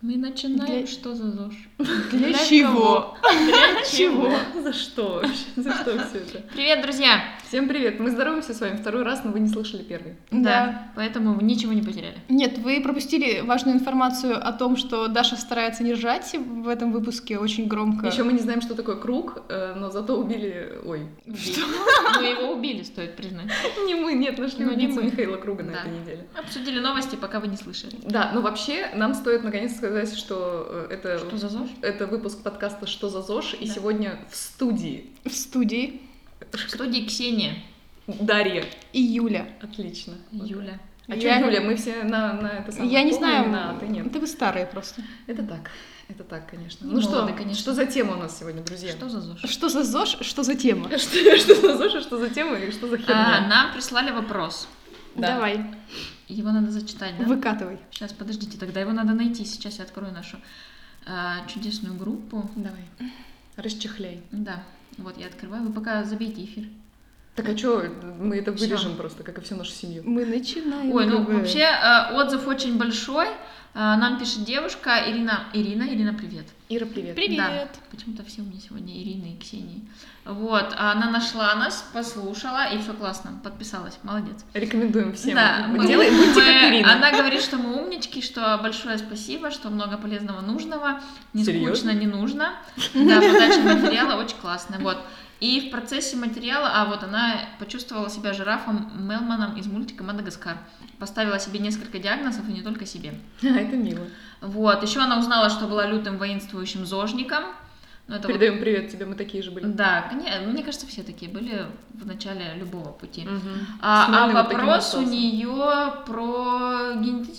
Мы начинаем, что за ЗОЖ? Для чего? Для чего? За что вообще? За что все это? Привет, друзья! Всем привет! Мы здороваемся с вами второй раз, но вы не слышали первый. Да, поэтому вы ничего не потеряли. Нет, вы пропустили важную информацию о том, что Даша старается не ржать в этом выпуске очень громко. Еще мы не знаем, что такое круг, но зато убили... Ой. Что? Мы его убили, стоит признать. Не мы, нет, нашли Ну, не убийцу мы. Михаила Круга на этой неделе. Обсудили новости, пока вы не слышали. Да, но вообще нам стоит наконец сказать, что это... Что за ЗОЖ? Это выпуск подкаста «Что за ЗОЖ?» и Да. сегодня в студии В студии В студии Ксения. Дарья. и Юля. Отлично. Юля. А Я- что, Юля, мы все на это самое... Я не полные знаю, имена, а ты нет. да вы старые просто. Это так, конечно. Не Ну молоды, что, конечно. что за тема у нас сегодня, друзья? Что за ЗОЖ? Что за ЗОЖ, что за тема? Что за ЗОЖ, и что за тема, и что за херня? Нам прислали вопрос. Да. Давай, Его надо зачитать, да? выкатывай. Сейчас, подождите, тогда его надо найти. Сейчас я открою нашу чудесную группу. Давай, расчехляй. Да, вот я открываю. Вы пока забейте эфир. Так а что, мы это Всё. вырежем просто, как и всю нашу семью. Мы начинаем. Ой, ну ГВ. вообще отзыв очень большой. Нам пишет девушка Ирина, привет. Ира, привет. Привет. Да, почему-то все у меня сегодня Ирины и Ксении. Вот, она нашла нас, послушала, и все классно, подписалась, молодец. Рекомендуем всем. Да, Будьте как Ирина. она говорит, что мы умнички, что большое спасибо, что много полезного нужного, не Серьёзно? скучно, не нужно. Да, подача материала очень классная, вот. И в процессе материала, вот она почувствовала себя жирафом Мелманом из мультика «Мадагаскар». Поставила себе несколько диагнозов, и не только себе. Это мило. Вот, еще она узнала, что была лютым воинствующим зожником. Ну, это вот- Передаем привет тебе, мы такие же были. Да, мне кажется, все такие были в начале любого пути. Мгм. А Смелый вот таким вопрос у остался. нее про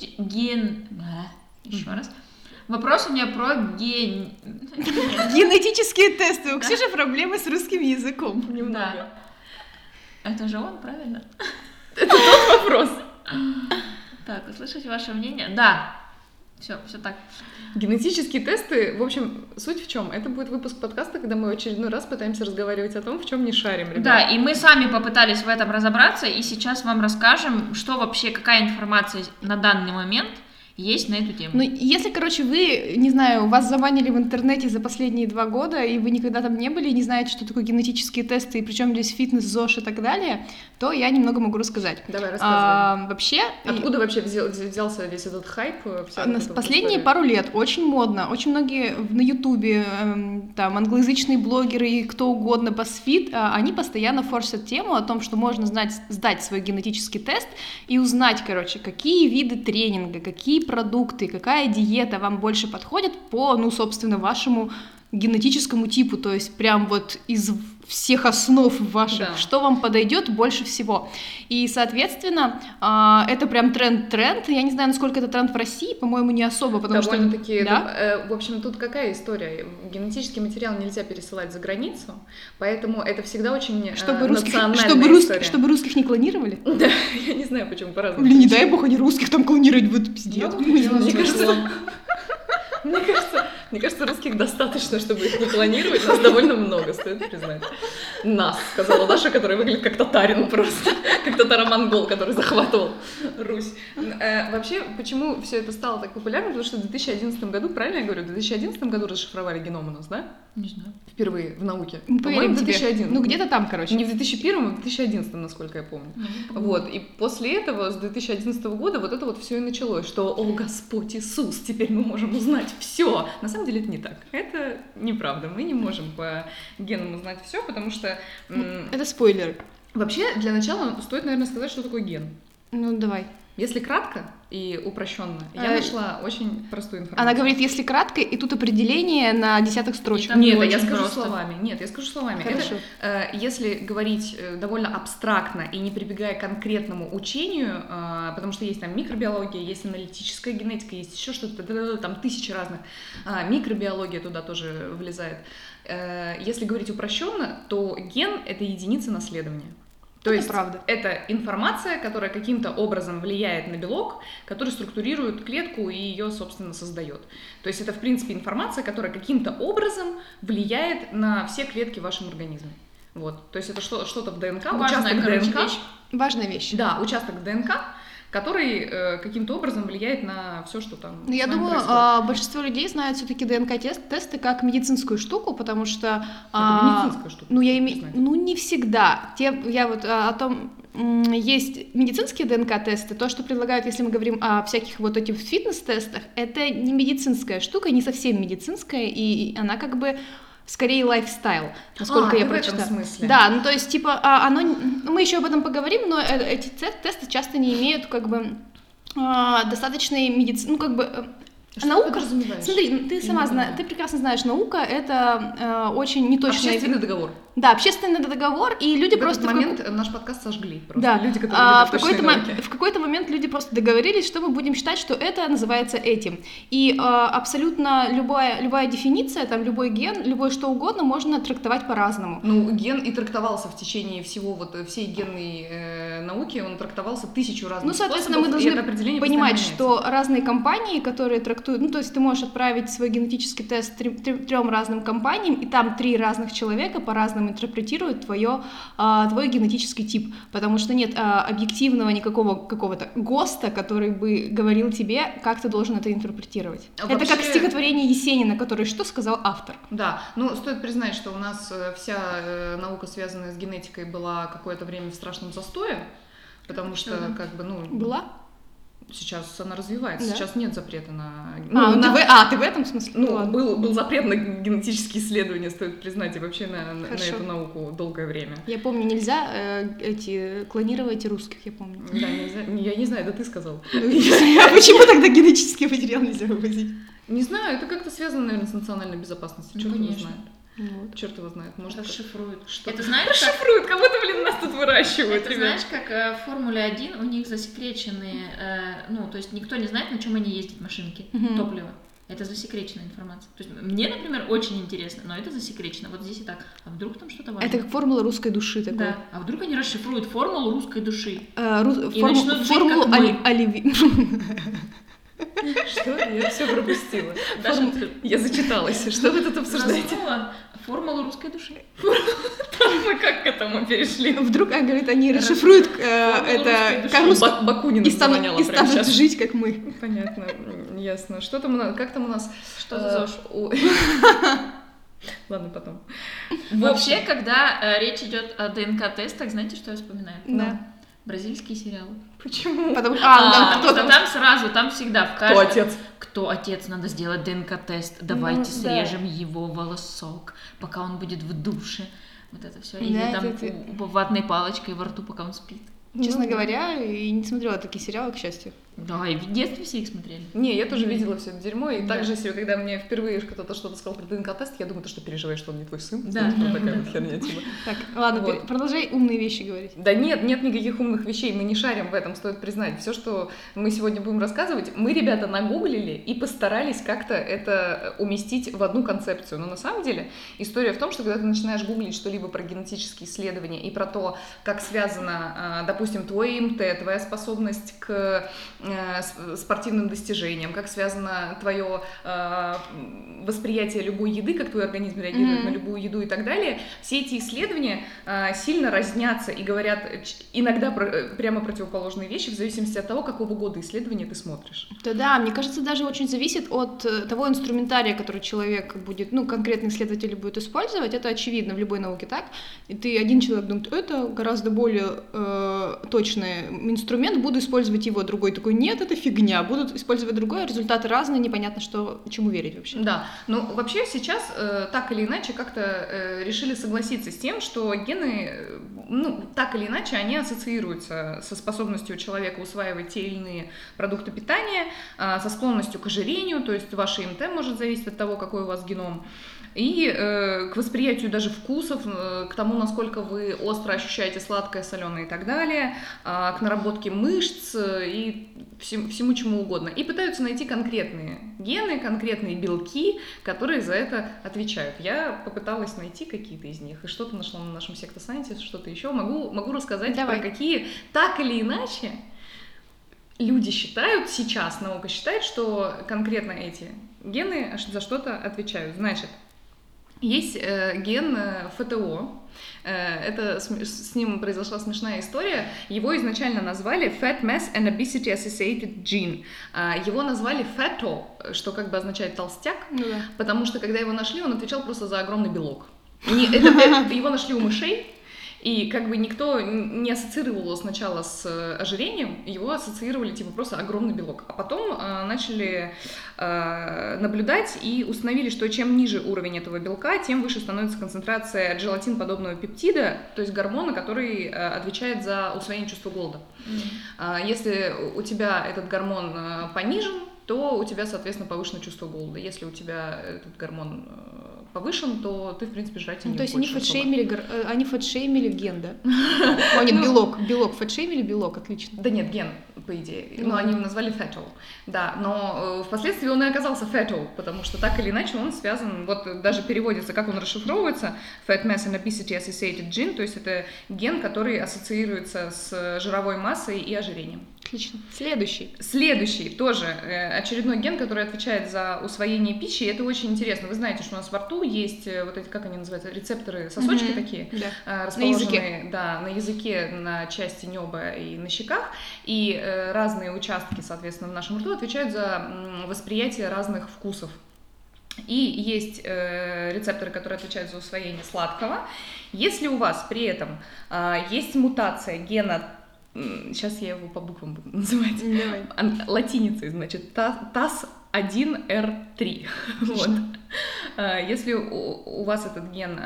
еще раз. Вопрос у нее про Генетические тесты. У Ксюши проблемы с русским языком. Немного. Это же он, правильно? Вопрос. Так, услышать ваше мнение? Да. Все так. Генетические тесты, в общем, суть в чем? Это будет выпуск подкаста, когда мы в очередной раз пытаемся разговаривать о том, в чем не шарим, ребят. Да, и мы сами попытались в этом разобраться, и сейчас вам расскажем, что вообще, какая информация на данный момент есть на эту тему. Ну, если, короче, вы, не знаю, вас забанили в интернете за последние 2 года, и вы никогда там не были, и не знаете, что такое генетические тесты, и причем здесь фитнес, ЗОЖ и так далее, то я немного могу рассказать. Давай, рассказывай. Вообще... Откуда вообще взялся весь этот хайп? Вся вот эта вот Последние история? пару лет очень модно, очень многие на Ютубе, там, англоязычные блогеры и кто угодно, BuzzFeed, они постоянно форсят тему о том, что можно сдать свой генетический тест и узнать, короче, какие виды тренинга, какие продукты, какая диета вам больше подходит по, ну, собственно, вашему генетическому типу, то есть прям вот из всех основ ваших, Да. что вам подойдет больше всего. И, соответственно, это прям тренд. Я не знаю, насколько это тренд в России, по-моему, не особо, потому что... Довольно-таки, Да? в общем, тут какая история? Генетический материал нельзя пересылать за границу, поэтому это всегда очень национальная история. Чтобы русских не клонировали? Да, я не знаю, почему по-разному. Блин, не дай бог они русских там клонировать будут, пиздец. Мне кажется, русских достаточно, чтобы их не клонировать. Нас довольно много, стоит признать. Нас, сказала Даша, которая выглядит как татарин просто. Как татаро-монгол, который захватывал Русь. Вообще, почему все это стало так популярным? Потому что в 2011 году, правильно я говорю, в 2011 году расшифровали геном у нас, да? Не знаю. Впервые в науке. Мы По-моему, поверим в тебе. 2011. Ну, где-то там, короче. Не в 2001, а в 2011, насколько я помню. Вот, и после этого, с 2011 года, вот это вот все и началось, что, о, Господь Иисус, теперь мы можем узнать все. На самом деле это не так. Это неправда. Мы не можем по генам узнать все, потому что Это спойлеры. вообще для начала стоит, наверное, сказать, что такое ген. Ну, давай. Если кратко и упрощенно, я нашла очень простую информацию. Она говорит, если кратко, и тут определение на десятых строчках. там Нет, очень я скажу просто. словами. Нет, я скажу словами. Хорошо. Это, если говорить довольно абстрактно и не прибегая к конкретному учению, потому что есть там микробиология, есть аналитическая генетика, есть еще что-то, там тысячи разных. Микробиология туда тоже влезает. Если говорить упрощенно, то ген — это единица наследования. То Это есть правда. это информация, которая каким-то образом влияет на белок, который структурирует клетку и ее, собственно, создает. То есть это, в принципе, информация, которая каким-то образом влияет на все клетки в вашем организме. Вот. То есть это что-то в ДНК, Важная, участок короче, ДНК. вещь. Важная вещь. Да, участок ДНК, который каким-то образом влияет на все, что там Я с нами думаю, происходит. большинство людей знают все-таки ДНК-тесты как медицинскую штуку, потому что... Это медицинская штука. Ну, признать. не всегда. Я вот о том... Есть медицинские ДНК-тесты, то, что предлагают, если мы говорим о всяких вот этих фитнес-тестах, это не медицинская штука, не совсем медицинская, и она как бы скорее лайфстайл, насколько я прочитала. В этом смысле. Да, ну то есть типа мы еще об этом поговорим, но эти тесты часто не имеют как бы достаточной медицины, ну как бы наука. Смотри, ты сама знаешь, ты прекрасно знаешь, наука это очень неточная. Общественный договор. Да, общественный договор, и люди в просто... этот момент наш подкаст сожгли просто. Да. Люди, которые в какой-то момент люди просто договорились, что мы будем считать, что это называется этим. И абсолютно любая дефиниция, там, любой ген, любое что угодно можно трактовать по-разному. Ну, ген и трактовался в течение всей генной науки, он трактовался 1000 разных способов. Ну, соответственно, мы должны понимать, что разные компании, которые трактуют... Ну, то есть ты можешь отправить свой генетический тест трем разным компаниям, и там 3 разных человека по-разному интерпретируют твой генетический тип, потому что нет объективного никакого какого-то ГОСТа, который бы говорил тебе, как ты должен это интерпретировать. Это как стихотворение Есенина, который что сказал автор. Да, ну стоит признать, что у нас вся наука, связанная с генетикой, была какое-то время в страшном застое, потому что как бы, ну... Была? Сейчас она развивается, да? Сейчас нет запрета на... ты в этом смысле? Ну, был запрет на генетические исследования, стоит признать, и вообще на эту науку долгое время. Я помню, нельзя клонировать русских, я помню. Да, нельзя. Я не знаю, это ты сказал. Почему тогда генетический материал нельзя вывозить? Не знаю, это как-то связано, наверное, с национальной безопасностью. Черт его знает. Вот. Черт его знает, может, расшифруют. Что? Это знаешь, расшифруют, как будто, нас тут выращивают. Это знаешь, как в Формуле 1 у них засекреченные, ну, то есть никто не знает, на чем они ездят, машинки, топливо. Это засекреченная информация. То есть мне, например, очень интересно, но это засекречено. Вот здесь и так. А вдруг там что-то важное? Это как формула русской души такой. Да. А вдруг они расшифруют формулу русской души? И начнут жить, как мы. Что? Я все пропустила. Я зачиталась. Что вы тут обсуждаете? Формулу русской души. Мы как к этому перешли? Вдруг, говорит, они расшифруют это как Бакунина и станут жить, как мы. Понятно, ясно. Что там у нас? Как там у нас? Что за ЗОЖ? Ладно, потом. Вообще, когда речь идет о ДНК-тестах, знаете, что я вспоминаю? Да. Бразильские сериалы. Почему? Потому что там сразу, там всегда в каждом... Кто отец? Кто отец? Надо сделать ДНК-тест. Давайте срежем его волосок, пока он будет в душе. Вот это все. Или там ватной палочкой во рту, пока он спит. Честно говоря, и не смотрела такие сериалы, к счастью. Да, и в детстве все их смотрели. Не, я тоже видела все это дерьмо, и также, когда мне впервые кто-то что-то сказал про ДНК-тест, я думаю, ты что, переживаешь, что он не твой сын? Да. Такая вот херня, типа. Так, ладно, продолжай умные вещи говорить. Да нет никаких умных вещей, мы не шарим в этом, стоит признать. Все, что мы сегодня будем рассказывать, мы, ребята, нагуглили и постарались как-то это уместить в одну концепцию. Но на самом деле история в том, что когда ты начинаешь гуглить что-либо про генетические исследования и про то, как связано, допустим, твой МТ, твоя способность к спортивным достижениям, как связано твое восприятие любой еды, как твой организм реагирует на любую еду и так далее, все эти исследования сильно разнятся и говорят иногда прямо противоположные вещи в зависимости от того, какого года исследования ты смотришь. Да, мне кажется, даже очень зависит от того инструментария, который человек будет, конкретный исследователь будет использовать. Это очевидно в любой науке, так? И ты один человек думает, это гораздо более точный инструмент, буду использовать его, другой такой, нет, это фигня, будут использовать другое, результаты разные, непонятно, чему верить вообще. Да, вообще сейчас так или иначе как-то решили согласиться с тем, что гены, так или иначе, они ассоциируются со способностью человека усваивать те или иные продукты питания, со склонностью к ожирению, то есть ваше МТ может зависеть от того, какой у вас геном, и к восприятию даже вкусов, к тому, насколько вы остро ощущаете сладкое, соленое и так далее, к наработке мышц и всему чему угодно. И пытаются найти конкретные гены, конкретные белки, которые за это отвечают. Я попыталась найти какие-то из них, и что-то нашла на нашем Secta Scientist, что-то еще. Могу рассказать про какие так или иначе люди считают, сейчас наука считает, что конкретно эти гены за что-то отвечают. Значит, Есть ген ФТО. Это с ним произошла смешная история. Его изначально назвали Fat Mass and Obesity Associated Gene. Его назвали FATO, что как бы означает толстяк, потому что когда его нашли, он отвечал просто за огромный белок. Его нашли у мышей. И как бы никто не ассоциировал его сначала с ожирением, его ассоциировали типа просто огромный белок. А потом начали наблюдать и установили, что чем ниже уровень этого белка, тем выше становится концентрация джелатин-подобного пептида, то есть гормона, который отвечает за усвоение чувства голода. Если у тебя этот гормон понижен, то у тебя, соответственно, повышено чувство голода. Если у тебя этот гормон повышен, то ты, в принципе, жрать не хочешь. То есть они фэтшеймили ген, да? Нет, белок, фэтшеймили белок, отлично. Да нет, ген, по идее, но они его назвали fetal, да, но впоследствии он и оказался fetal, потому что так или иначе он связан, вот даже переводится, как он расшифровывается, Fat Mass and Obesity Associated Gene, то есть это ген, который ассоциируется с жировой массой и ожирением. Отлично. Следующий тоже очередной ген, который отвечает за усвоение пищи. Это очень интересно. Вы знаете, что у нас во рту есть вот эти, как они называются, рецепторы, сосочки такие, расположенные на языке, на части неба и на щеках. И разные участки, соответственно, в нашем рту отвечают за восприятие разных вкусов. И есть рецепторы, которые отвечают за усвоение сладкого. Если у вас при этом есть мутация гена, сейчас я его по буквам буду называть, латиницей, значит, TAS1R3. Вот. Если у вас этот ген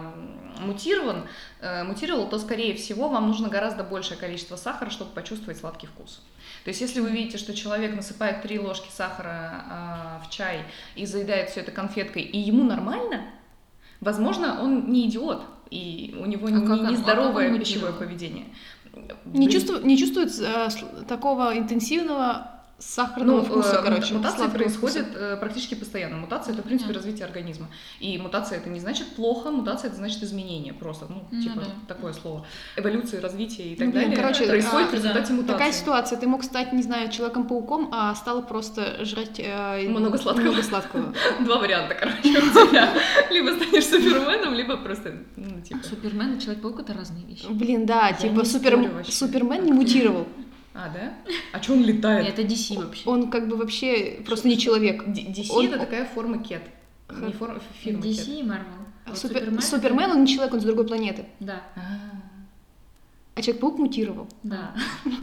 мутировал, то, скорее всего, вам нужно гораздо большее количество сахара, чтобы почувствовать сладкий вкус. То есть, если вы видите, что человек насыпает 3 ложки сахара в чай и заедает все это конфеткой, и ему нормально, возможно, он не идиот, и у него нездоровое пищевое поведение. Не чувствует такого интенсивного сахарного вкуса, короче. Мутации происходят практически постоянно. Мутация — это, в принципе, развитие организма. И мутация — это не значит плохо, мутация — это значит изменение просто, такое слово. Эволюция, развитие и так далее. Короче, происходит в результате мутации. Такая ситуация. Ты мог стать, не знаю, Человеком-пауком, а стал просто жрать много сладкого. 2 варианта, короче, у тебя. Либо станешь Суперменом, либо просто, Супермен и Человек-паук — это разные вещи. Блин, да, типа Супермен не мутировал. А, да? А что он летает? Это DC вообще. Он как бы вообще просто не человек. DC это такая форма кет. Не форма, фирма DC кет. и Marvel. Супермен, он не человек, он с другой планеты. Да. А Человек-паук мутировал. Да.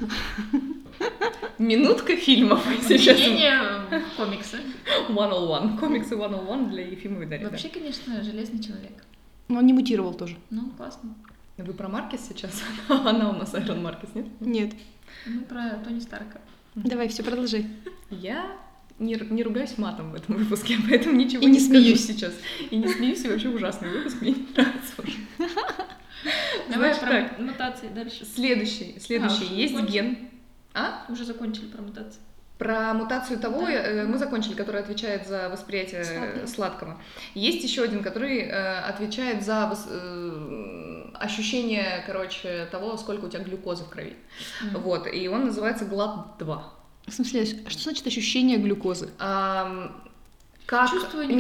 Минутка фильмов сейчас. Комиксы. 101. Комиксы 101 для Ефимовой Дарьи. Вообще, конечно, Железный человек. Но он не мутировал тоже. Ну, классно. Вы про Маркес сейчас? Она у нас Айрон Маркес, нет? Нет. Мы про Тони Старка. Давай, все, продолжи. Я не ругаюсь матом в этом выпуске, поэтому ничего не смеюсь сейчас. И не смеюсь, и вообще ужасный выпуск, мне не нравится уже. Давай про мутации дальше. Следующий. Есть ген. Уже закончили про мутации. Про мутацию того мы закончили, которая отвечает за восприятие сладкого. Есть еще один, который отвечает за ощущение, того, сколько у тебя глюкозы в крови. Вот, и он называется GLUT2. В смысле, что значит ощущение глюкозы? Как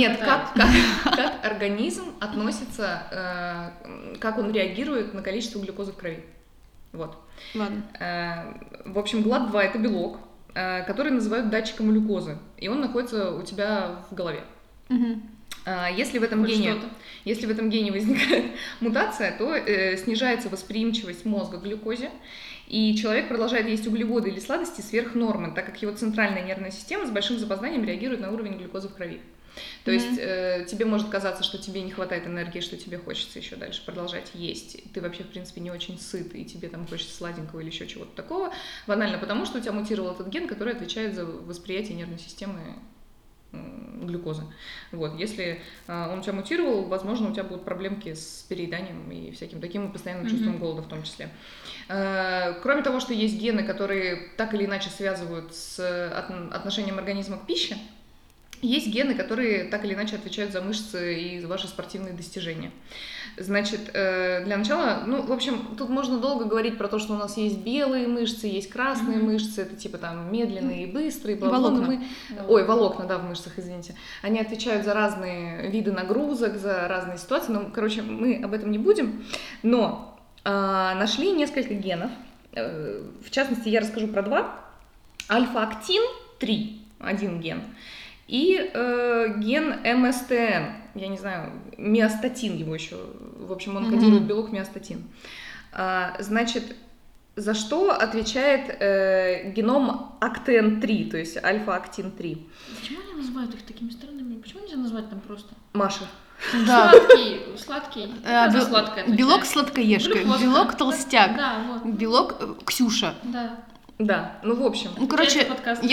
организм относится, как он реагирует на количество глюкозы в крови. Вот. Ладно. В общем, GLUT2 — это белок, который называют датчиком глюкозы, и он находится у тебя в голове. Если в этом гене возникает мутация, то снижается восприимчивость мозга к глюкозе, и человек продолжает есть углеводы или сладости сверх нормы, так как его центральная нервная система с большим запозданием реагирует на уровень глюкозы в крови. То есть тебе может казаться, что тебе не хватает энергии, что тебе хочется еще дальше продолжать есть. Ты вообще, в принципе, не очень сыт, и тебе там хочется сладенького или еще чего-то такого. Банально потому, что у тебя мутировал этот ген, который отвечает за восприятие нервной системы глюкозы. Вот. Если он у тебя мутировал, возможно, у тебя будут проблемки с перееданием и всяким таким, и постоянным чувством голода в том числе. Кроме того, что есть гены, которые так или иначе связывают с отношением организма к пище, есть гены, которые так или иначе отвечают за мышцы и за ваши спортивные достижения. Значит, для начала, ну, в общем, тут можно долго говорить про то, что у нас есть белые мышцы, есть красные мышцы, это типа там медленные и быстрые. Волокна. Волокна, да, в мышцах, извините. Они отвечают за разные виды нагрузок, за разные ситуации. Ну, короче, мы об этом не будем. Но нашли несколько генов. В частности, я расскажу про 2. Альфа-актин-3, один ген. И ген МСТН, я не знаю, миостатин его еще, в общем, он кодирует белок миостатин. Значит, за что отвечает геном АКТН-3, то есть альфа-актин-3? Почему они называют их такими странными? Почему нельзя назвать там просто? Маша. Да. Сладкий. Белок сладкоежка, белок толстяк, Да, вот. белок Ксюша. Да. Да, ну в общем. Ну, короче,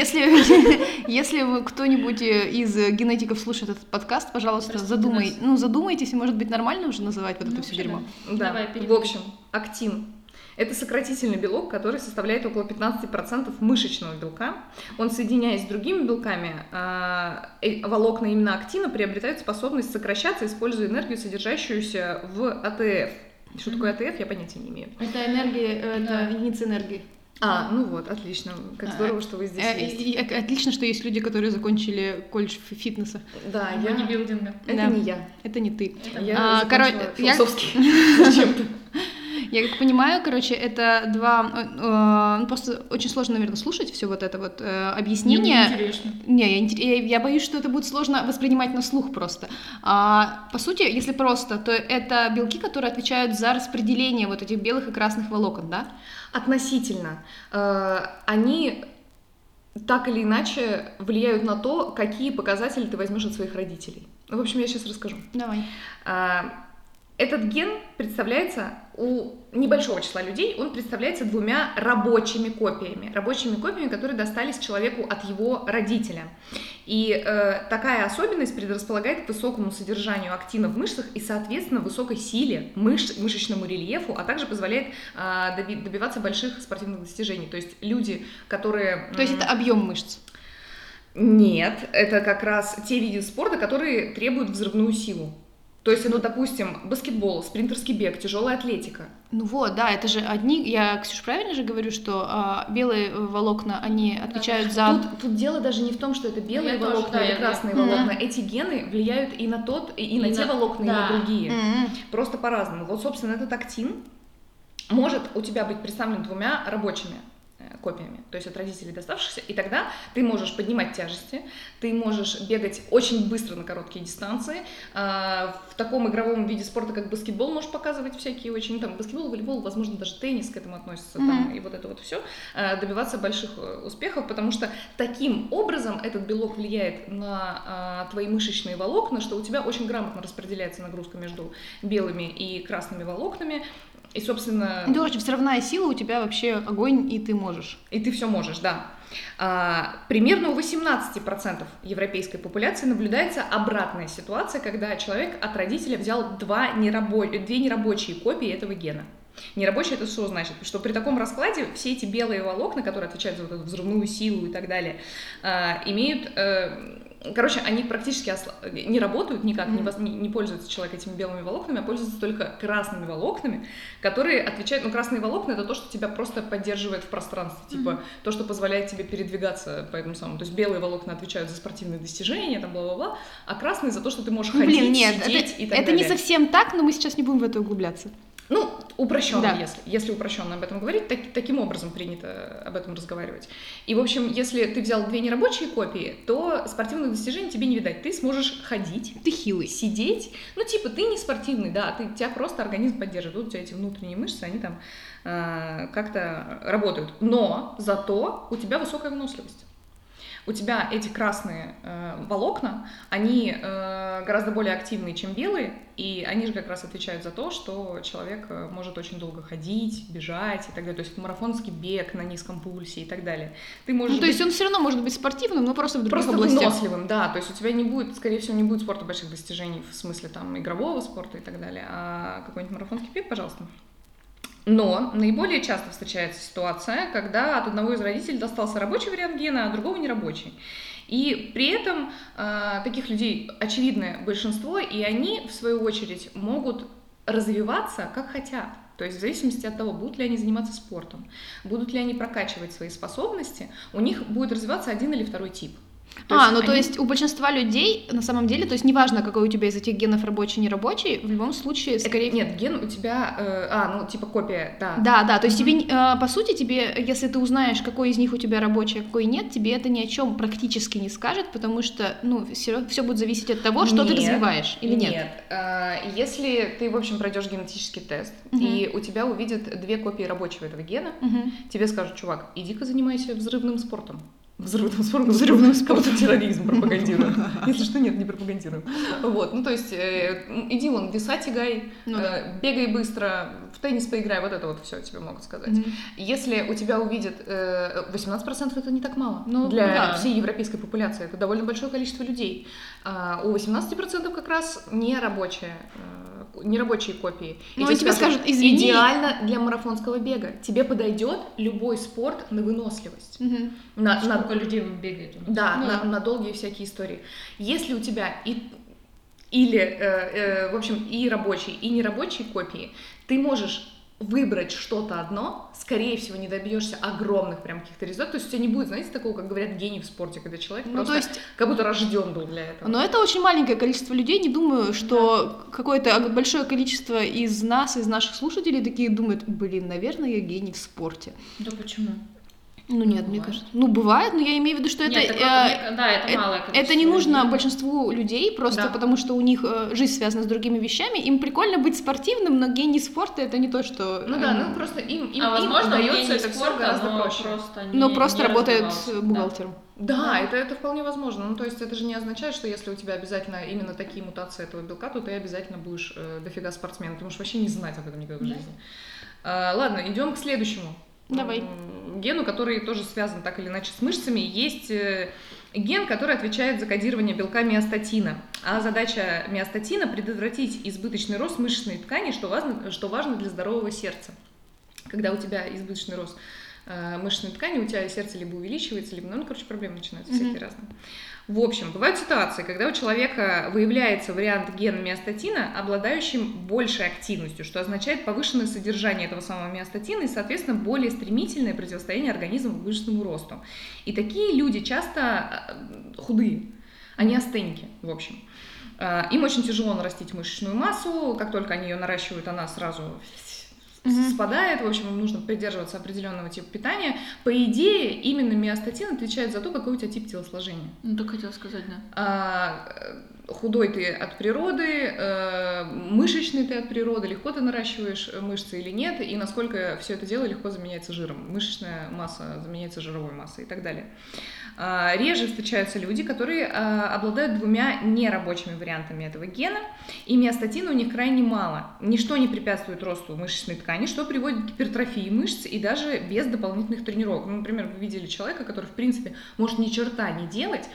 если вы кто-нибудь из генетиков слушает этот подкаст, пожалуйста, задумайтесь, и, может быть, нормально уже называть вот это все дерьмо. Да, в общем, актин. Это сократительный белок, который составляет около 15% мышечного белка. Он, соединяясь с другими белками, волокна именно актина приобретают способность сокращаться, используя энергию, содержащуюся в АТФ. Что такое АТФ, я понятия не имею. Это энергия, это единица энергии. Ну вот, отлично. Как здорово, что вы здесь есть. Отлично, что есть люди, которые закончили колледж фитнеса. Да, я... Бодибилдинга. Это не я. Это не ты. Я закончила философский. Зачем-то. Я как понимаю, короче, это 2... просто очень сложно, наверное, слушать все вот это вот объяснение. Интересно. Я боюсь, что это будет сложно воспринимать на слух просто. По сути, если просто, то это белки, которые отвечают за распределение вот этих белых и красных волокон, да? Относительно. Они так или иначе влияют на то, какие показатели ты возьмешь от своих родителей. В общем, я сейчас расскажу. Давай. Этот ген представляется у небольшого числа людей, он представляется 2 рабочими копиями, которые достались человеку от его родителя. И такая особенность предрасполагает к высокому содержанию актина в мышцах и, соответственно, высокой силе, мышечному рельефу, а также позволяет добиваться больших спортивных достижений. То есть люди, которые... То есть это объем мышц? Нет, это как раз те виды спорта, которые требуют взрывную силу. То есть, допустим, баскетбол, спринтерский бег, тяжелая атлетика. Ну вот, да, это же одни... Я, Ксюш, правильно же говорю, что белые волокна, они отвечают за... Тут дело даже не в том, что это белые волокна или красные волокна. Эти гены влияют и на те волокна, и на другие. Просто по-разному. Вот, собственно, этот актин может у тебя быть представлен 2 рабочими копиями, то есть от родителей доставшихся, и тогда ты можешь поднимать тяжести, ты можешь бегать очень быстро на короткие дистанции, в таком игровом виде спорта, как баскетбол, можешь показывать всякие очень, там, баскетбол, волейбол, возможно, даже теннис к этому относится, там, и вот это вот все, добиваться больших успехов, потому что таким образом этот белок влияет на твои мышечные волокна, что у тебя очень грамотно распределяется нагрузка между белыми и красными волокнами. И, собственно... Короче, взрывная сила у тебя вообще огонь, и ты можешь. И ты все можешь, да. Примерно у 18% европейской популяции наблюдается обратная ситуация, когда человек от родителя взял 2 нерабочие копии этого гена. Нерабочий — это что значит? Что при таком раскладе все эти белые волокна, которые отвечают за вот эту взрывную силу и так далее, имеют... Короче, они практически не работают никак, не пользуется человек этими белыми волокнами, а пользуется только красными волокнами, которые отвечают... красные волокна — это то, что тебя просто поддерживает в пространстве, типа то, что позволяет тебе передвигаться по этому самому. То есть белые волокна отвечают за спортивные достижения, там бла-бла-бла, а красные за то, что ты можешь ходить, сидеть и так далее. Это не совсем так, но мы сейчас не будем в это углубляться. Упрощенно, да. если упрощенно об этом говорить, таким образом принято об этом разговаривать. И, в общем, если ты взял 2 нерабочие копии, то спортивных достижений тебе не видать. Ты сможешь ходить, ты хилый, сидеть. Ты не спортивный, да, тебя просто организм поддерживает. Вот у тебя эти внутренние мышцы, они там как-то работают. Но зато у тебя высокая выносливость. У тебя эти красные волокна, они гораздо более активные, чем белые, и они же как раз отвечают за то, что человек может очень долго ходить, бежать и так далее. То есть марафонский бег на низком пульсе и так далее. Ты можешь то есть он все равно может быть спортивным, но просто в других областях. Просто выносливым, да. То есть у тебя не будет, скорее всего, не будет спорта больших достижений в смысле там игрового спорта и так далее. А какой-нибудь марафонский бег, пожалуйста. Но наиболее часто встречается ситуация, когда от одного из родителей достался рабочий вариант гена, а другого нерабочий. И при этом таких людей очевидное большинство, и они, в свою очередь, могут развиваться как хотят. То есть в зависимости от того, будут ли они заниматься спортом, будут ли они прокачивать свои способности, у них будет развиваться один или второй тип. То есть у большинства людей, на самом деле, то есть неважно, какой у тебя из этих генов рабочий, нерабочий, в любом случае, скорее... Нет, ген у тебя, типа копия, да. Да, то есть тебе, по сути, если ты узнаешь, какой из них у тебя рабочий, а какой нет, тебе это ни о чем практически не скажет, потому что, все будет зависеть от того, что ты развиваешь, или нет? Нет, если ты, в общем, пройдешь генетический тест, и у тебя увидят 2 копии рабочего этого гена, тебе скажут: чувак, иди-ка занимайся взрывным спортом. Взрывным спортом терроризм пропагандируем. Если что, нет, не пропагандируем. Вот, то есть иди вон, веса тягай, бегай быстро, в теннис поиграй, вот это вот все тебе могут сказать. Если у тебя увидят 18%, это не так мало для всей европейской популяции, это довольно большое количество людей. У 18% как раз нерабочие копии. И тебе скажут: извини. Идеально для марафонского бега. Тебе подойдет любой спорт на выносливость. Сколько людей бегает у нас. Да, на долгие всякие истории. Если у тебя в общем, и рабочие, и нерабочие копии, ты можешь выбрать что-то одно, скорее всего, не добьешься огромных прям каких-то результатов. То есть у тебя не будет, знаете, такого, как говорят, гений в спорте, когда человек просто как будто рожден был для этого. Но это очень маленькое количество людей. Не думаю, что какое-то большое количество из наших слушателей такие думают: наверное, я гений в спорте. Да почему? Нет, мне кажется. Бывает, но я имею в виду, что это малое количество. Это не нужно большинству людей, просто потому что у них жизнь связана с другими вещами. Им прикольно быть спортивным, но гений спорта — это не то, что... просто им удается это все гораздо проще. Но просто работает бухгалтером. Да, это вполне возможно. То есть это же не означает, что если у тебя обязательно именно такие мутации этого белка, то ты обязательно будешь дофига спортсменом. Ты можешь вообще не знать об этом никогда в жизни. Ладно, идем к следующему. Давай. Гену, который тоже связан так или иначе с мышцами. Есть ген, который отвечает за кодирование белка миостатина. А задача миостатина — предотвратить избыточный рост мышечной ткани, что важно для здорового сердца. Когда у тебя избыточный рост мышечной ткани, у тебя сердце либо увеличивается, либо, проблемы начинаются всякие разные. В общем, бывают ситуации, когда у человека выявляется вариант гена миостатина, обладающим большей активностью, что означает повышенное содержание этого самого миостатина и, соответственно, более стремительное противостояние организма мышечному росту. И такие люди часто худые, они астеники, в общем. Им очень тяжело нарастить мышечную массу, как только они ее наращивают, она сразу спадает, в общем, им нужно придерживаться определенного типа питания. По идее, именно миостатин отвечает за то, какой у тебя тип телосложения. Так хотела сказать, да. Худой ты от природы, мышечный ты от природы, легко ты наращиваешь мышцы или нет, и насколько все это дело легко заменяется жиром. Мышечная масса заменяется жировой массой и так далее. Реже встречаются люди, которые обладают 2 нерабочими вариантами этого гена, и миостатина у них крайне мало. Ничто не препятствует росту мышечной ткани, что приводит к гипертрофии мышц и даже без дополнительных тренировок. Например, вы видели человека, который, в принципе, может ни черта не делать,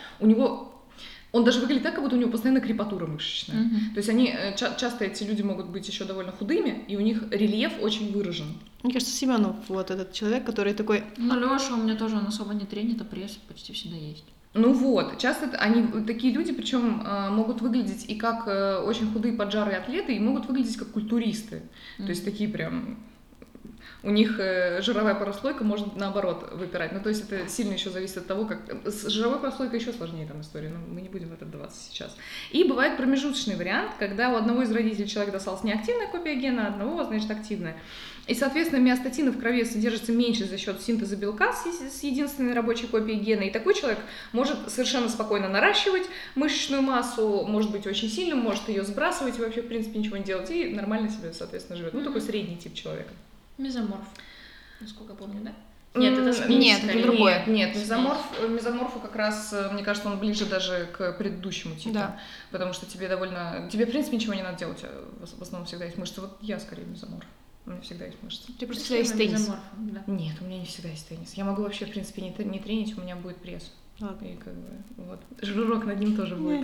он даже выглядит так, как будто у него постоянно крепатура мышечная. То есть часто эти люди могут быть еще довольно худыми, и у них рельеф очень выражен. Мне кажется, Семенов, вот этот человек, который такой... Леша у меня тоже, он особо не тренит, а пресс почти всегда есть. Часто они такие люди, причем могут выглядеть и как очень худые поджарые атлеты, и могут выглядеть как культуристы. То есть такие прям... У них жировая прослойка может наоборот выпирать. То есть это сильно еще зависит от того, как... С жировой прослойкой еще сложнее там история, но мы не будем в это вдаваться сейчас. И бывает промежуточный вариант, когда у одного из родителей человека досталась неактивная копия гена, а одного, значит, активная. И, соответственно, миостатина в крови содержится меньше за счет синтеза белка с единственной рабочей копией гена. И такой человек может совершенно спокойно наращивать мышечную массу, может быть очень сильным, может ее сбрасывать и вообще, в принципе, ничего не делать. И нормально себе, соответственно, живет. Такой средний тип человека. Мезоморф, насколько помню, да? Нет, это другое. Нет, мезоморфу как раз, мне кажется, он ближе даже к предыдущему типу. Да. Потому что тебе, в принципе, ничего не надо делать, в основном всегда есть мышцы. Вот я скорее мезоморф. У меня всегда есть мышцы. У тебя просто всегда есть теннис. Да. Нет, у меня не всегда есть теннис. Я могу вообще, в принципе, не тренить, у меня будет пресс. Ладно, и как бы, вот, жирок над ним тоже будет.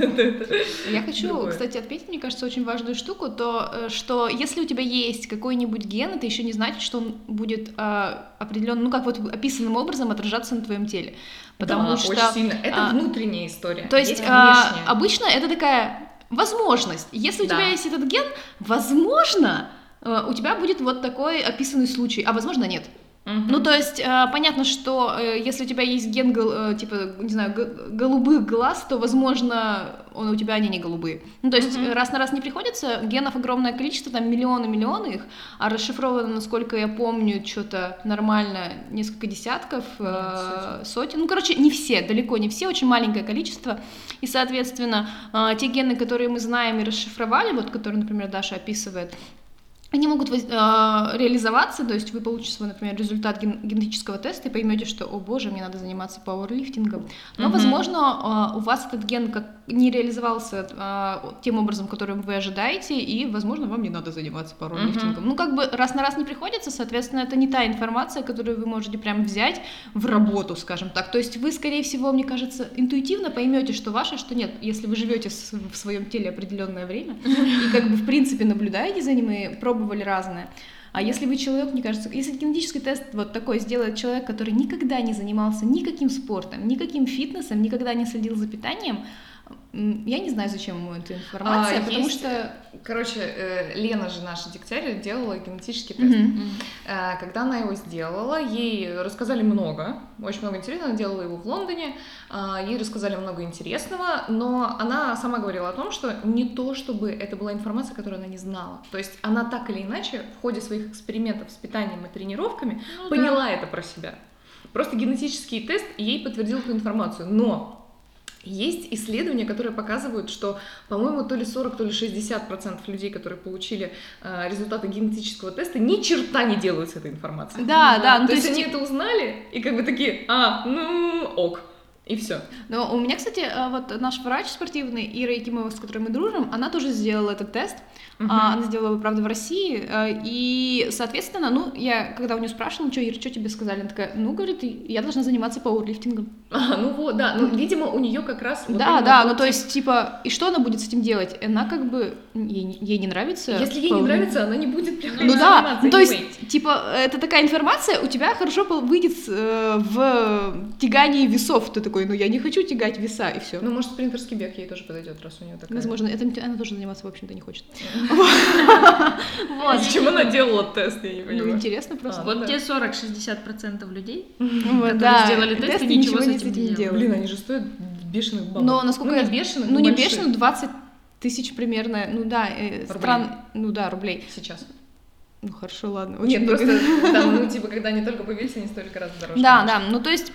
Я хочу, Другое. кстати, отметить, мне кажется, очень важную штуку, то, что если у тебя есть какой-нибудь ген, это еще не значит, что он будет определенно, ну, как вот описанным образом отражаться на твоем теле. Потому Да, что... очень сильно. Это внутренняя история. То есть внешняя. обычно это такая возможность. Если у Да. тебя есть этот ген, возможно, у тебя будет вот такой описанный случай, а возможно, нет. Ну, то есть, понятно, что если у тебя есть ген, типа, не знаю, голубых глаз, то, возможно, у тебя они не голубые. Ну, то есть, раз на раз не приходится, генов огромное количество, там миллионы их, а расшифровано, насколько я помню, что-то нормально, несколько десятков, сотен. Ну, короче, не все, далеко не все, очень маленькое количество. И, соответственно, те гены, которые мы знаем и расшифровали, вот, которые, например, Даша описывает, они могут реализоваться, то есть вы получите свой, например, результат генетического теста и поймете, что, о боже, мне надо заниматься пауэрлифтингом. Но, возможно, у вас этот ген не реализовался тем образом, которым вы ожидаете, и, возможно, вам не надо заниматься пауэрлифтингом. Ну, как бы раз на раз не приходится, соответственно, это не та информация, которую вы можете прям взять в работу, скажем так. То есть вы, скорее всего, мне кажется, интуитивно поймете, что ваше, что нет. Если вы живете в своем теле определенное время и, как бы, в принципе, наблюдаете за ним и пробуете разное. А если вы человек, мне кажется, если генетический тест вот такой сделает человек, который никогда не занимался никаким спортом, никаким фитнесом, никогда не следил за питанием, я не знаю, зачем ему эта информация, потому что... Короче, Лена же наша Дегтярь делала генетический тест. Когда она его сделала, ей рассказали много, очень много интересного, она делала его в Лондоне, ей рассказали много интересного, но она сама говорила о том, что не то, чтобы это была информация, которую она не знала. То есть она так или иначе в ходе своих экспериментов с питанием и тренировками поняла это про себя. Просто генетический тест ей подтвердил эту информацию, но... Есть исследования, которые показывают, что, по-моему, то ли 40, то ли 60% людей, которые получили результаты генетического теста, ни черта не делают с этой информацией. Да, ну, то есть они это узнали и как бы такие, ок. И все. Но у меня, кстати, вот наш врач спортивный, Ира Якимова, с которой мы дружим, она тоже сделала этот тест. Она сделала его, правда, в России. И, соответственно, я когда у нее спрашивала, Ира, что тебе сказали? Она такая, говорит, я должна заниматься пауэрлифтингом. Видимо, у нее как раз... то есть, типа, и что она будет с этим делать? Она как бы, ей не нравится. Если ей не нравится, она не будет прям заниматься. То есть, типа, это такая информация, у тебя хорошо выйдет в тягании весов. Ты такой, я не хочу тягать веса, и все. Может, спринтерский бег ей тоже подойдет, раз у нее такая... Возможно, она тоже заниматься, в общем-то, не хочет. Зачем она делала тест, я не понимаю. Интересно просто. Вот те 40-60% людей, которые сделали тест и ничего с этим не делали. Блин, они же стоят бешеных бабок. Но насколько не бешеных, не бешеных, 20 тысяч примерно, рублей. Сейчас. Хорошо, ладно. Нет, просто там, когда они только появились, они стоили гораздо дороже. Да, то есть...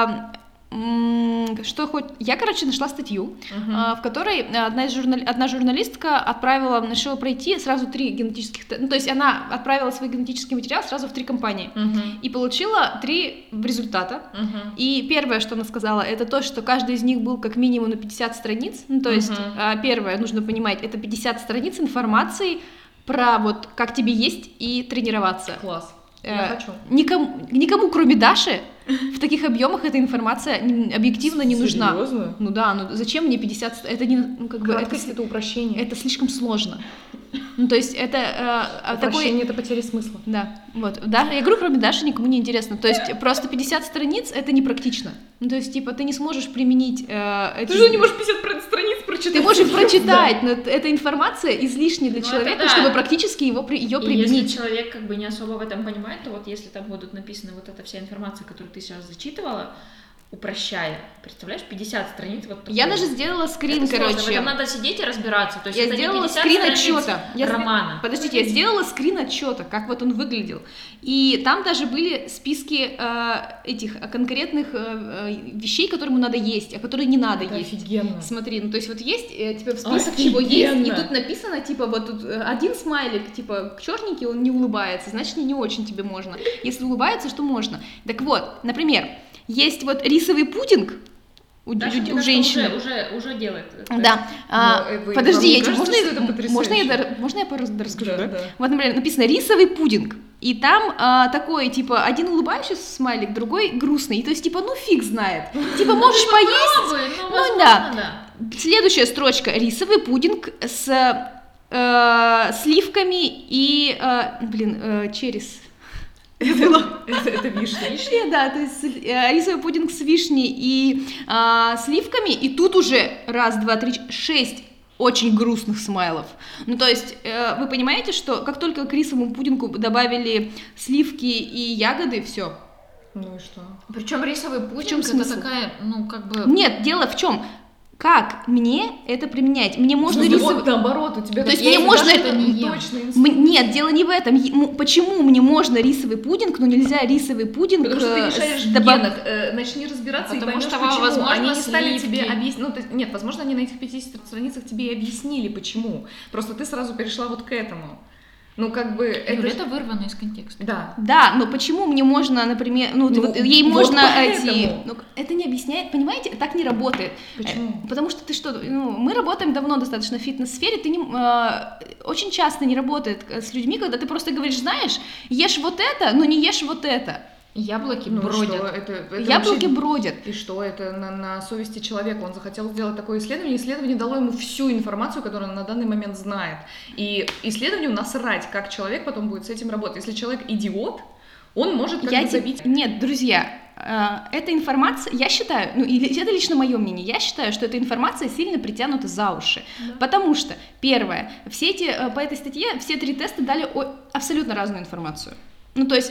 Я, нашла статью, в которой одна журналистка решила пройти сразу 3 генетических теста. То есть она отправила свой генетический материал сразу в 3 компании и получила 3 результата. И первое, что она сказала, это то, что каждый из них был как минимум на 50 страниц. То есть первое, нужно понимать, это 50 страниц информации про вот как тебе есть и тренироваться. Класс. Я хочу. Никому, кроме Даши, в таких объемах эта информация объективно не нужна. Серьезно? Зачем мне 50... Это не... Краткость — это упрощение. Это слишком сложно. То есть это... Упрощение — это потеря смысла. Да, вот. Я говорю, кроме Даши, никому не интересно. То есть просто 50 страниц — это непрактично. То есть, типа, ты не сможешь применить... Ты же не можешь 50 страниц прочитать. Ты можешь прочитать, но эта информация излишняя для человека, чтобы практически ее применить. Если человек как бы не особо в этом понимает, то вот если там будут написаны вот эта вся информация, которую ты сейчас зачитывала, упрощая, представляешь, 50 страниц вот такой. Я даже сделала скрин, В этом надо сидеть и разбираться. То есть я это сделала не 50 скрин страниц отчета. романа. Подождите, я сделала скрин отчета, как вот он выглядел. И там даже были списки этих конкретных вещей, которые ему надо есть, а которые не надо есть. Офигенно. Смотри, то есть вот есть типа список чего есть, и тут написано, типа, вот тут один смайлик, типа, черненький, он не улыбается, значит, не очень тебе можно. Если улыбается, что можно. Так вот, например, есть вот рисовый пудинг у женщины. Уже делает. Да. Подожди, можно я расскажу? Да. Вот, например, написано рисовый пудинг. И там такой, типа, один улыбающийся смайлик, другой грустный. И то есть, типа, ну фиг знает. Типа, можешь поесть. Ну да. Следующая строчка. Рисовый пудинг с сливками и... черес. Это вишня. Вишня, да, то есть рисовый пудинг с вишней и сливками. И тут уже 1, 2, 3, 6 очень грустных смайлов. Ну, то есть, вы понимаете, что как только к рисовому пудингу добавили сливки и ягоды, все. Ну и что? Причем рисовый пудинг это такая, ну, как бы... Нет, дело в чем? Как мне это применять? Мне можно рисовый... Вот наоборот, у тебя... То есть мне можно... это не Нет, дело не в этом. Почему мне можно рисовый пудинг, но нельзя рисовый пудинг... Потому что ты не шаришь в генах. Начни разбираться и поймешь, почему. Возможно, они не стали тебе объяснить... Нет, возможно, они на этих 50 страницах тебе и объяснили, почему. Просто ты сразу перешла вот к этому. Ну, как бы... Это вырвано из контекста. Да. Да, но почему мне можно, например... ей вот можно поэтому. это не объясняет, понимаете? Так не работает. Почему? Потому что ты что... мы работаем давно достаточно в фитнес-сфере, очень часто не работает с людьми, когда ты просто говоришь, знаешь, ешь вот это, но не ешь вот это. Яблоки бродят. Яблоки бродят. И что? Это на совести человека. Он захотел сделать такое исследование. Исследование дало ему всю информацию, которую он на данный момент знает. И исследованию насрать, как человек потом будет с этим работать. Если человек идиот, он может как-то забить... Нет, друзья, эта информация, я считаю, это лично мое мнение, я считаю, что эта информация сильно притянута за уши. Да. Потому что, первое, по этой статье все 3 теста дали абсолютно разную информацию. Ну, то есть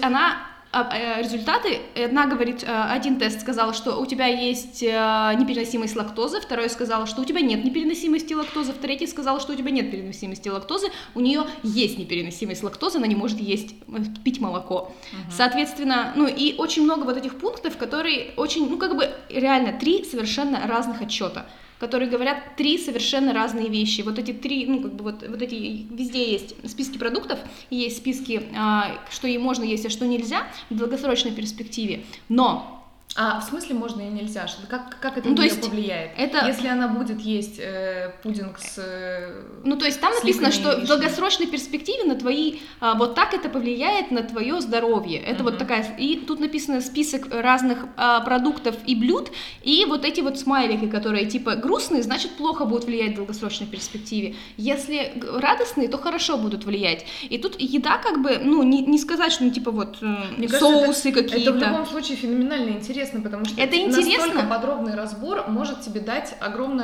результаты, одна говорит, один тест сказал, что у тебя есть непереносимость лактозы, второй сказал, что у тебя нет непереносимости лактозы, третий сказал, что у тебя нет переносимости лактозы, у нее есть непереносимость лактозы, она не может пить молоко. Соответственно, и очень много вот этих пунктов, которые очень, реально 3 совершенно разных отчета, которые говорят 3 совершенно разные вещи. Вот эти 3, вот эти, везде есть списки продуктов, есть списки, что ей можно есть, а что нельзя в долгосрочной перспективе, но... в смысле можно и нельзя? Как это на нее повлияет? Если она будет есть пудинг с... то есть там написано, что в долгосрочной перспективе на твои... вот так это повлияет на твое здоровье. Это вот такая... И тут написано список разных продуктов и блюд, и вот эти вот смайлики, которые типа грустные, значит плохо будут влиять в долгосрочной перспективе. Если радостные, то хорошо будут влиять. И тут еда не сказать, что Мне соусы кажется, какие-то. Это в любом случае феноменально интересно, потому что это настолько подробный разбор может тебе дать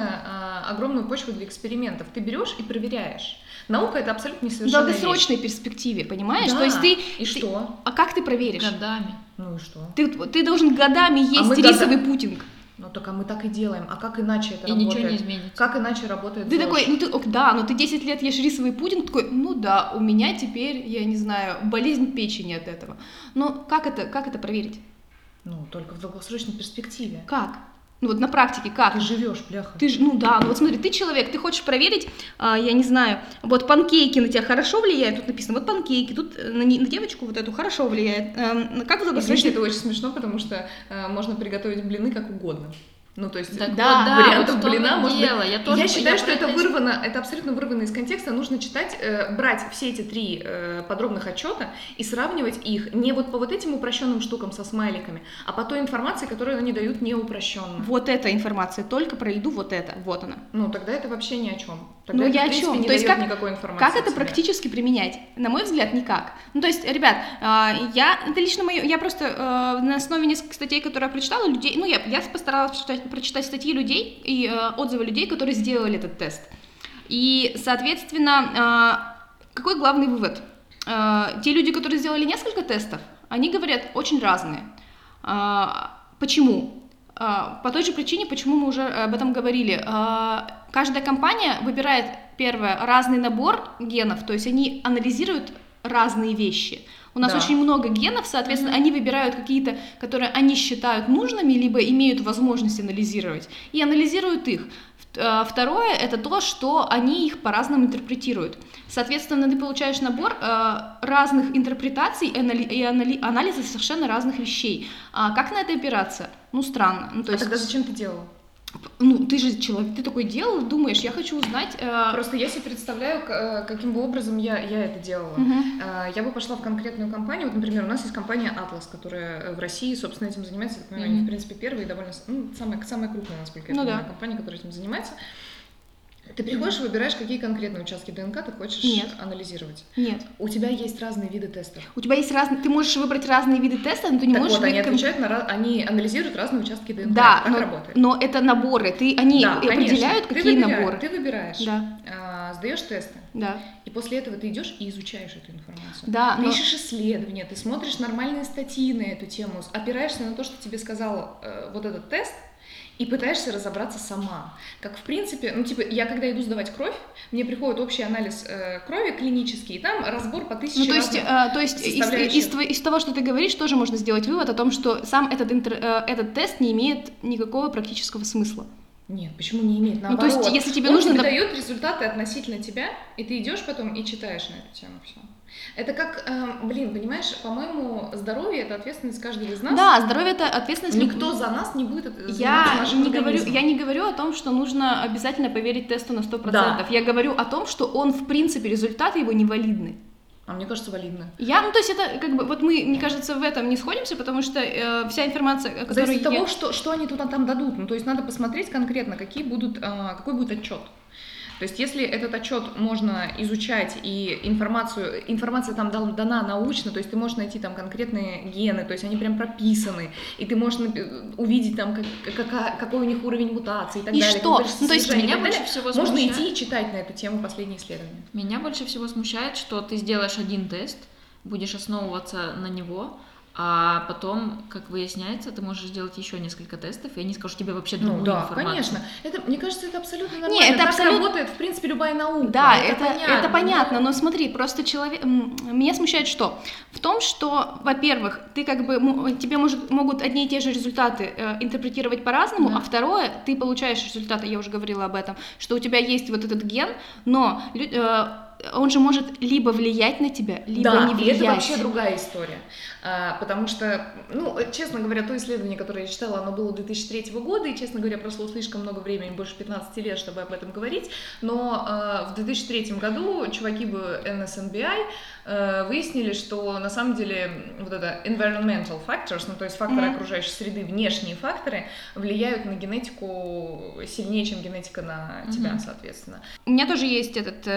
огромную почву для экспериментов. Ты берешь и проверяешь. Наука — это абсолютно несовершенная вещь. В долгосрочной перспективе, понимаешь? Да. То есть что? А как ты проверишь? Годами. Ну и что? Ты должен годами есть рисовый пудинг. Ну так, мы так и делаем. А как иначе это и работает? И ничего не изменится. Как иначе работает Ты ЗОЖ? такой, ты 10 лет ешь рисовый пудинг, такой, у меня теперь, я не знаю, болезнь печени от этого. Но как это проверить? Только в долгосрочной перспективе. Как? На практике как? Ты живешь, бляха. Смотри, ты человек, ты хочешь проверить, я не знаю, вот панкейки на тебя хорошо влияют, тут написано, вот панкейки, тут на девочку вот эту хорошо влияет. Как в долгосрочной... Это очень смешно, потому что можно приготовить блины как угодно. То есть вариантов блина может быть. Я считаю, что это абсолютно вырвано из контекста. Нужно читать, брать все эти 3 подробных отчета и сравнивать их не вот по вот этим упрощенным штукам со смайликами, а по той информации, которую они дают не упрощенно. Вот эта информация, только про еду, вот она. Тогда это вообще ни о чем. Тогда это, в принципе, не дает никакой информации. Как это практически применять? На мой взгляд, никак. То есть, ребят, это лично мое, я просто на основе нескольких статей, которые я прочитала, я постаралась прочитать статьи людей и отзывы людей, которые сделали этот тест. И, соответственно, какой главный вывод? Те люди, которые сделали несколько тестов, они говорят очень разные. Почему? По той же причине, почему мы уже об этом говорили. Каждая компания выбирает, первое, разный набор генов, то есть они анализируют разные вещи. У нас очень много генов, соответственно, они выбирают какие-то, которые они считают нужными, либо имеют возможность анализировать, и анализируют их. Второе — это то, что они их по-разному интерпретируют. Соответственно, ты получаешь набор разных интерпретаций и анализа совершенно разных вещей. Как на это опираться? Странно. Тогда зачем ты делала? Ну, ты же человек, ты такой делал, думаешь, я хочу узнать... Просто я себе представляю, каким бы образом я это делала. Я бы пошла в конкретную компанию. Вот, например, у нас есть компания Atlas, которая в России, собственно, этим занимается. Я понимаю, они, в принципе, первые и довольно... самая крупная, насколько я понимаю, компания, которая этим занимается. Ты приходишь и выбираешь, какие конкретные участки ДНК ты хочешь анализировать. Нет. У тебя есть разные виды тестов. У тебя есть разные... Ты можешь выбрать разные виды тестов, но ты не так можешь... Вот, они анализируют разные участки ДНК. Да, как работает? Но это наборы. Они определяют, какие наборы. Ты выбираешь, да. сдаешь тесты. Да. И после этого ты идешь и изучаешь эту информацию. Да, пишешь исследования, ты смотришь нормальные статьи на эту тему, опираешься на то, что тебе сказал вот этот тест, и пытаешься разобраться сама. Как в принципе, я когда иду сдавать кровь, мне приходит общий анализ крови клинический, и там разбор по 1000 разных то есть из того, что ты говоришь, тоже можно сделать вывод о том, что сам этот тест не имеет никакого практического смысла. Нет, почему не имеет? Наоборот. Ну, то есть, если тебе Он нужно... тебе дает результаты относительно тебя, и ты идешь потом и читаешь на эту тему все. Это как, понимаешь, по-моему, здоровье — это ответственность каждого из нас. Да, здоровье — это ответственность... Никто за нас не будет заниматься нашим организмом. Я не говорю о том, что нужно обязательно поверить тесту на 100%. Да. Я говорю о том, что он, в принципе, результаты его невалидны. А мне кажется, валидно. То есть это как бы, вот мы, мне кажется, в этом не сходимся, потому что вся информация, которую зависит от того, что они там дадут. То есть надо посмотреть конкретно, какой будет отчет. То есть если этот отчет можно изучать, и информация там дана научно, то есть ты можешь найти там конкретные гены, то есть они прям прописаны, и ты можешь увидеть там, какой у них уровень мутации и так далее. И что? То есть меня больше всего смущает... Можно идти и читать на эту тему последние исследования. Меня больше всего смущает, что ты сделаешь один тест, будешь основываться на него, а потом, как выясняется, ты можешь сделать еще несколько тестов, и они скажут тебе вообще другую информацию. Конечно. Мне кажется, это абсолютно нормально. Нет, это так работает, в принципе, любая наука. Да, это понятно, но смотри, просто меня смущает что? В том, что, во-первых, ты тебе могут одни и те же результаты интерпретировать по-разному, а второе, ты получаешь результаты, я уже говорила об этом, что у тебя есть вот этот ген, но... он же может либо влиять на тебя, либо не влиять. Да, и это вообще другая история. Потому что, честно говоря, то исследование, которое я читала, оно было 2003 года, и, честно говоря, прошло слишком много времени, больше 15 лет, чтобы об этом говорить, но в 2003 году чуваки в NSNBI выяснили, что на самом деле вот это environmental factors, то есть факторы окружающей среды, внешние факторы, влияют на генетику сильнее, чем генетика на тебя, соответственно. У меня тоже есть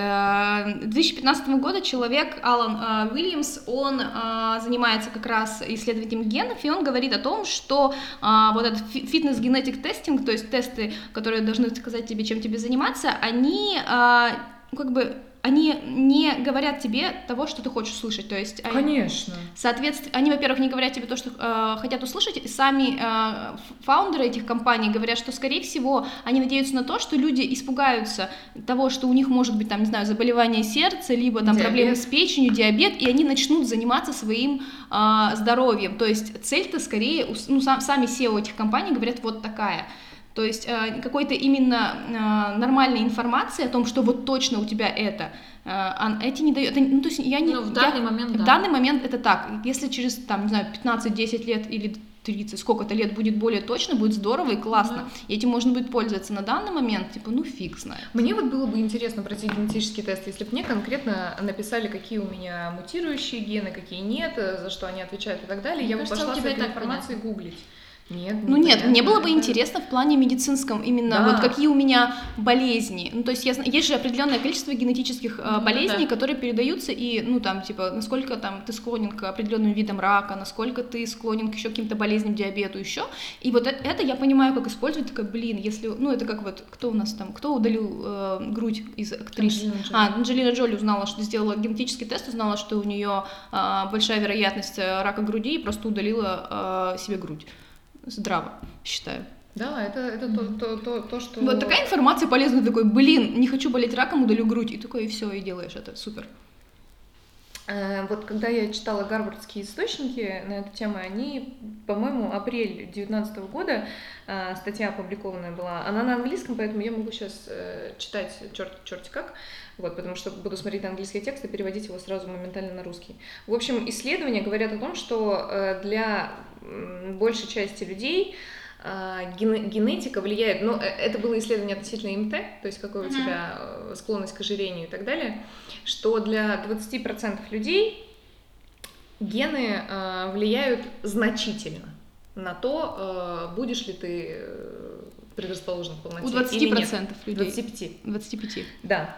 2015 года человек Алан Уильямс, он занимается как раз исследованием генов, и он говорит о том, что вот этот фитнес-генетик тестинг, то есть тесты, которые должны сказать тебе, чем тебе заниматься, они они не говорят тебе того, что ты хочешь услышать, то есть... Конечно. Соответственно, они, во-первых, не говорят тебе то, что хотят услышать, и сами фаундеры этих компаний говорят, что, скорее всего, они надеются на то, что люди испугаются того, что у них может быть, там, не знаю, заболевание сердца, либо там проблемы с печенью, диабет, и они начнут заниматься своим здоровьем, то есть цель-то скорее, сами SEO этих компаний говорят вот такая. То есть какой-то именно нормальной информации о том, что вот точно у тебя эти не дают. То есть в данный момент, в данный момент это так. Если через, там, не знаю, 15-10 лет или 30, сколько-то лет будет более точно, будет здорово и классно. И этим можно будет пользоваться. На данный момент, фиг знает. Мне вот было бы интересно пройти генетический тест, если бы мне конкретно написали, какие у меня мутирующие гены, какие нет, за что они отвечают и так далее. Я бы пошла с этой информацией гуглить. Нет, мне было бы интересно в плане медицинском именно вот какие у меня болезни. То есть есть же определенное количество генетических болезней, которые передаются, и, насколько там ты склонен к определенным видам рака, насколько ты склонен к еще каким-то болезням, диабету, еще. И вот это я понимаю, как использовать, если, это как вот, кто у нас там, кто удалил грудь из актрис? Анджелина Джоли узнала, что сделала генетический тест, узнала, что у нее большая вероятность рака груди, и просто удалила себе грудь. Здраво, считаю. Да, это то, что... Вот такая информация полезная, такой, не хочу болеть раком, удалю грудь, и такой, и все, и делаешь это, супер. Вот когда я читала гарвардские источники на эту тему, они, по-моему, апрель 2019 года, статья опубликованная была, она на английском, поэтому я могу сейчас читать черти как, потому что буду смотреть на английский текст и переводить его сразу моментально на русский. В общем, исследования говорят о том, что для большей части людей генетика влияет, но это было исследование относительно МТ, то есть какой у тебя склонность к ожирению и так далее, что для 20% людей гены влияют значительно на то, будешь ли ты предрасположен к полноте. У 20% людей. 25. Да.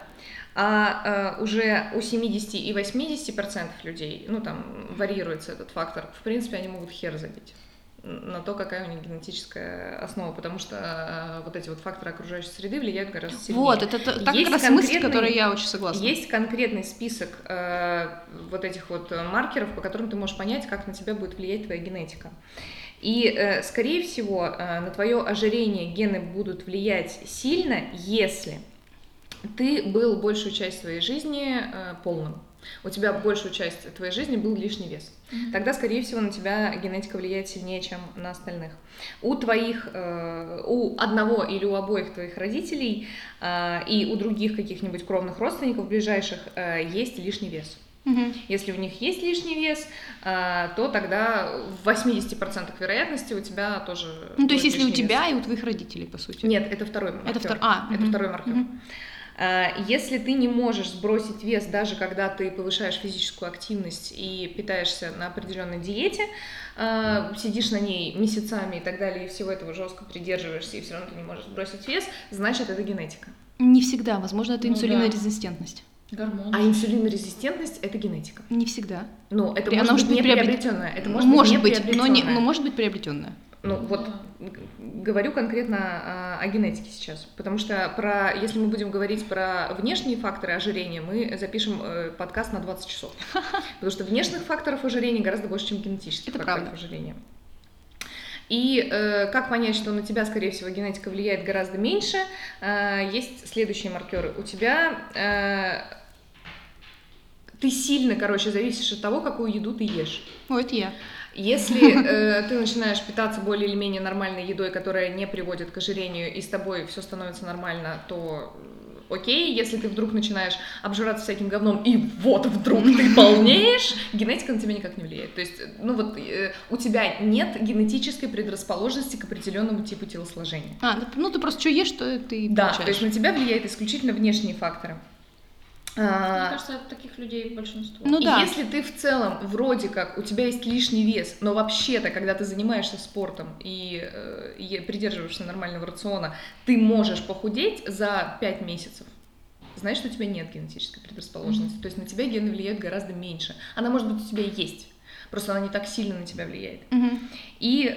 А уже у 70 и 80% людей, ну там варьируется этот фактор, в принципе, они могут хер забить на то, какая у них генетическая основа, потому что вот эти вот факторы окружающей среды влияют гораздо сильнее. Вот, это как раз мысль, с которой я очень согласна. Есть конкретный список вот этих вот маркеров, по которым ты можешь понять, как на тебя будет влиять твоя генетика. И, скорее всего, на твое ожирение гены будут влиять сильно, если ты был большую часть своей жизни полным. У тебя большую часть твоей жизни был лишний вес. Тогда, скорее всего, на тебя генетика влияет сильнее, чем на остальных. У одного или у обоих твоих родителей и у других каких-нибудь кровных родственников ближайших есть лишний вес. Если у них есть лишний вес, то тогда в 80% вероятности у тебя тоже. Ну, то есть, если у вес. тебя и у твоих родителей, по сути. Нет, это второй маркер. Это второй маркер. Если ты не можешь сбросить вес, даже когда ты повышаешь физическую активность и питаешься на определенной диете, сидишь на ней месяцами и так далее, и всего этого жестко придерживаешься, и все равно ты не можешь сбросить вес, значит, это генетика. Не всегда. Возможно, это инсулинорезистентность. Гормоны. А инсулинорезистентность – это генетика. Не всегда. Ну, это может быть не приобретенная. Это может быть, но может быть приобретенная. Ну, вот говорю конкретно о генетике сейчас, потому что если мы будем говорить про внешние факторы ожирения, мы запишем подкаст на 20 часов, потому что внешних факторов ожирения гораздо больше, чем генетических факторов ожирения. И как понять, что на тебя, скорее всего, генетика влияет гораздо меньше, есть следующие маркеры. У тебя ты сильно, зависишь от того, какую еду ты ешь. О, это я. Если ты начинаешь питаться более или менее нормальной едой, которая не приводит к ожирению, и с тобой все становится нормально, то окей. Если ты вдруг начинаешь обжираться всяким говном, и вот вдруг ты полнеешь, генетика на тебя никак не влияет. То есть, у тебя нет генетической предрасположенности к определенному типу телосложения. Ты просто что ешь, то ты да, получаешь. То есть на тебя влияют исключительно внешние факторы. Мне кажется, таких людей большинство. Если ты в целом вроде как у тебя есть лишний вес, но вообще-то, когда ты занимаешься спортом и придерживаешься нормального рациона, ты можешь похудеть за 5 месяцев, значит, что у тебя нет генетической предрасположенности. То есть на тебя гены влияют гораздо меньше. Она, может быть, у тебя и есть, просто она не так сильно на тебя влияет. И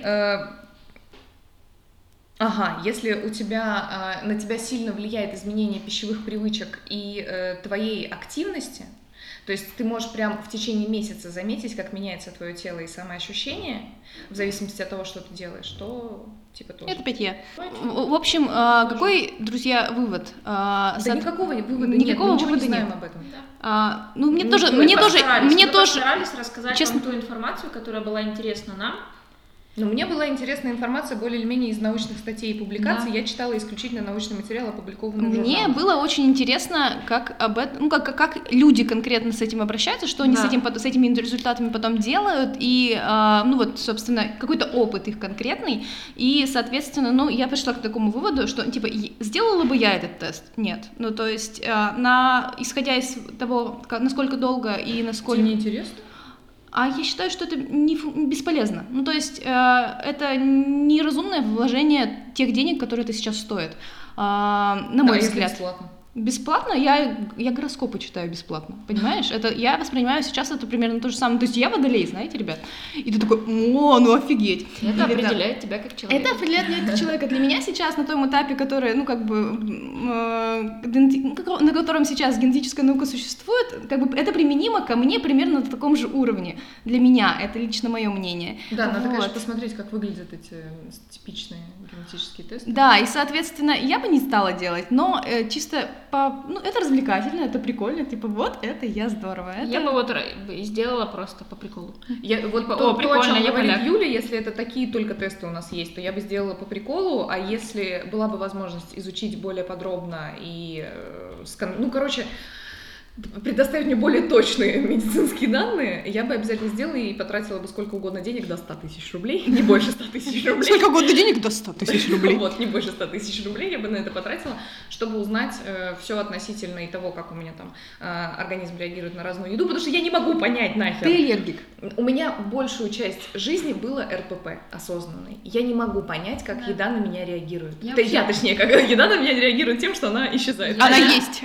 если у тебя на тебя сильно влияет изменение пищевых привычек и твоей активности, то есть ты можешь прям в течение месяца заметить, как меняется твое тело и самоощущение, в зависимости от того, что ты делаешь, то типа тоже. Это опять я. В общем, какой, друзья, вывод? Никакого вывода нет, мы ничего не знаем об этом. Мне тоже постарались рассказать вам ту информацию, которая была интересна нам. Но мне была интересна информация более или менее из научных статей и публикаций. Да. Я читала исключительно научный материал, опубликованный в журналах. Мне было очень интересно, как об этом, как люди конкретно с этим обращаются, что они с этими результатами потом делают, и, собственно, какой-то опыт их конкретный. И, соответственно, я пришла к такому выводу, что, сделала бы я этот тест? Нет. То есть, исходя из того, насколько долго и насколько... Тебе не интересно? А я считаю, что это бесполезно. То есть это неразумное вложение тех денег, которые это сейчас стоит, на мой взгляд. Бесплатно. Бесплатно? Я гороскопы читаю бесплатно, понимаешь? Я воспринимаю сейчас это примерно то же самое. То есть я водолей, знаете, ребят? И ты такой, офигеть. Это определяет тебя как человека. Это определяет меня как человека. Для меня сейчас на том этапе, который, на котором сейчас генетическая наука существует, это применимо ко мне примерно на таком же уровне. Для меня, это лично мое мнение. Да, надо, конечно, посмотреть, как выглядят эти типичные генетические тесты. Да, и, соответственно, я бы не стала делать, но чисто это развлекательно, это прикольно, это я здорово. Я бы сделала просто по приколу. Прикольно, о чем говорит Юля, если это такие только тесты у нас есть, то я бы сделала по приколу, а если была бы возможность изучить более подробно и, предоставить мне более точные медицинские данные, я бы обязательно сделала и потратила бы сколько угодно денег до 100 тысяч рублей, не больше 100 тысяч рублей. Сколько угодно денег до 100 тысяч рублей. Вот, не больше 100 тысяч рублей я бы на это потратила, чтобы узнать все относительно и того, как у меня там организм реагирует на разную еду, потому что я не могу понять нахер. Ты аллергик. У меня большую часть жизни было РПП осознанной. Я не могу понять, как еда на меня реагирует. Точнее, как еда на меня реагирует тем, что она исчезает. Она есть.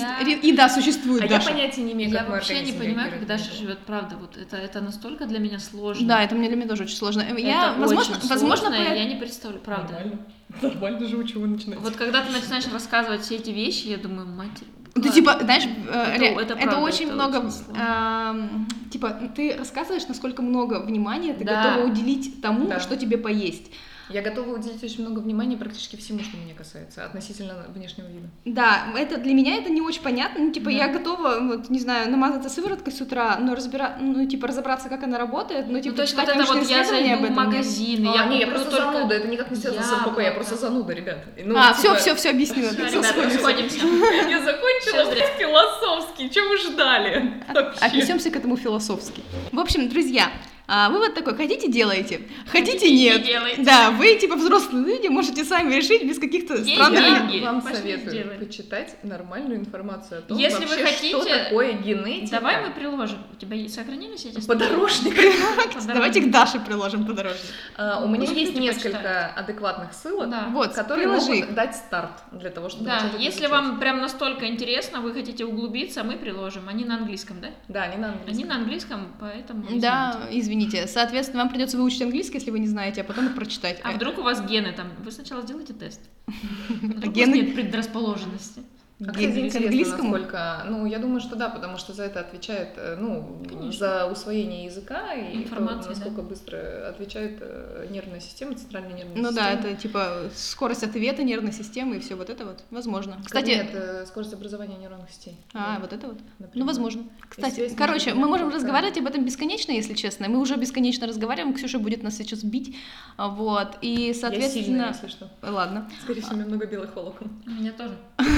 Еда существует, А Даша. я понятия не имею, как мой вообще не организм понимаю, реагирует как на Даша это. живет, правда. Вот это настолько для меня сложно. Да, это для меня тоже очень сложно. Я, Это возможно, очень возможно, сложно, поэт- я не представляю, правда. Нормально живу, чего вы начинаете. Вот когда ты начинаешь рассказывать все эти вещи, я думаю, матерь. Ты ладно. типа, знаешь, Это это правда, очень это много, очень сложно. типа, ты рассказываешь, насколько много внимания ты Да. готова уделить тому, Да. что тебе поесть. Я готова уделить очень много внимания практически всему, что меня касается, относительно внешнего вида. Да, это для меня это не очень понятно. Ну, типа, Да. я готова, вот, не знаю, намазаться сывороткой с утра, но разобраться, как она работает, ну, типа, Ну, то есть вот читать это вот научные я исследования зайду об в этом нет. магазин, Я я куплю просто только... зануда, это никак не связано с РПП, я просто зануда, ребят. Ну, Все объяснила. Всё, Всё ребята, сходится. расходимся. Я закончила Всё зря. философский, чего вы ждали? Вообще. Отнесемся к этому философски. В общем, друзья, вывод такой: хотите — делайте, хотите — Хотите — не нет. делайте. Да, вы, типа, взрослые люди, можете сами решить без каких-то Есть странных... деньги. Я вам Пошли советую сделаем. почитать нормальную информацию о том, Если вы вообще, хотите, что такое генетика. Давай мы приложим. У тебя сохранились эти Подорожник. Давайте к Даше приложим подорожник. У меня Пусть есть люди несколько почитают. адекватных ссылок, Да. Вот, которые приложи могут их. дать старт для того, чтобы Да, начать это если изучать. вам прям настолько интересно, вы хотите углубиться, мы приложим. Они на английском, да? Да, не надо. Они на английском, поэтому Да, извините. извините. Соответственно, вам придется выучить английский, если вы не знаете, а потом их прочитать. А вдруг у вас гены там? Вы сначала сделайте тест. Вдруг у вас Гены- нет предрасположенности. А, Гены кстати, к интересно, английскому? насколько... Ну, я думаю, что да, потому что за это отвечает, Конечно. за усвоение языка и то, Информации, насколько быстро отвечает нервная система, центральная нервная Ну система. да, это типа скорость ответа нервной системы и все вот это вот. Возможно. Кстати, Нет, скорость образования нейронных сетей. Да, вот это вот. например. Ну, возможно. Кстати, связь короче, между мы можем белками. разговаривать об этом бесконечно, если честно. Мы уже бесконечно разговариваем, Ксюша будет нас сейчас бить. Вот. И, Я соответственно... сильная, если что. Ладно. Скорее всего, у меня много белых волокон. У меня тоже.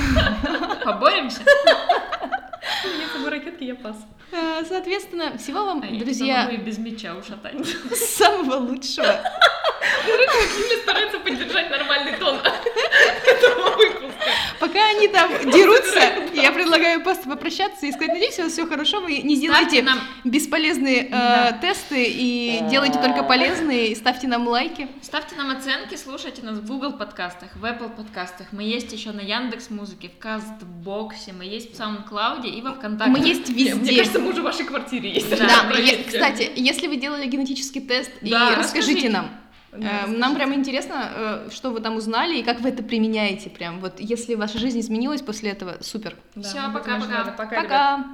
Поборемся? Нет, с собой ракетки я пас. Соответственно, всего вам, А я друзья, могу и без мяча ушатать. самого лучшего. Или стараются поддержать нормальный тон этого выпуска. Пока они там дерутся, я предлагаю просто попрощаться и сказать: надеюсь, у вас все хорошо, вы не делайте нам- бесполезные Да. тесты и делайте только полезные, и ставьте нам лайки. Ставьте нам оценки, слушайте нас в Google подкастах, в Apple подкастах. Мы есть еще на Яндекс.Музыке, в Кастбоксе, мы есть в SoundCloud и во ВКонтакте. Мы есть Мне везде. кажется, мы уже в вашей квартире есть. Да, Проверьте. кстати, если вы делали генетический тест, и Да, расскажите нам. Да, Нам расскажите. прям интересно, что вы там узнали и как вы это применяете. Прям вот, если ваша жизнь изменилась после этого, супер. Да, Всё, мы будем пока-пока. ожидать. Пока, ребят. Пока.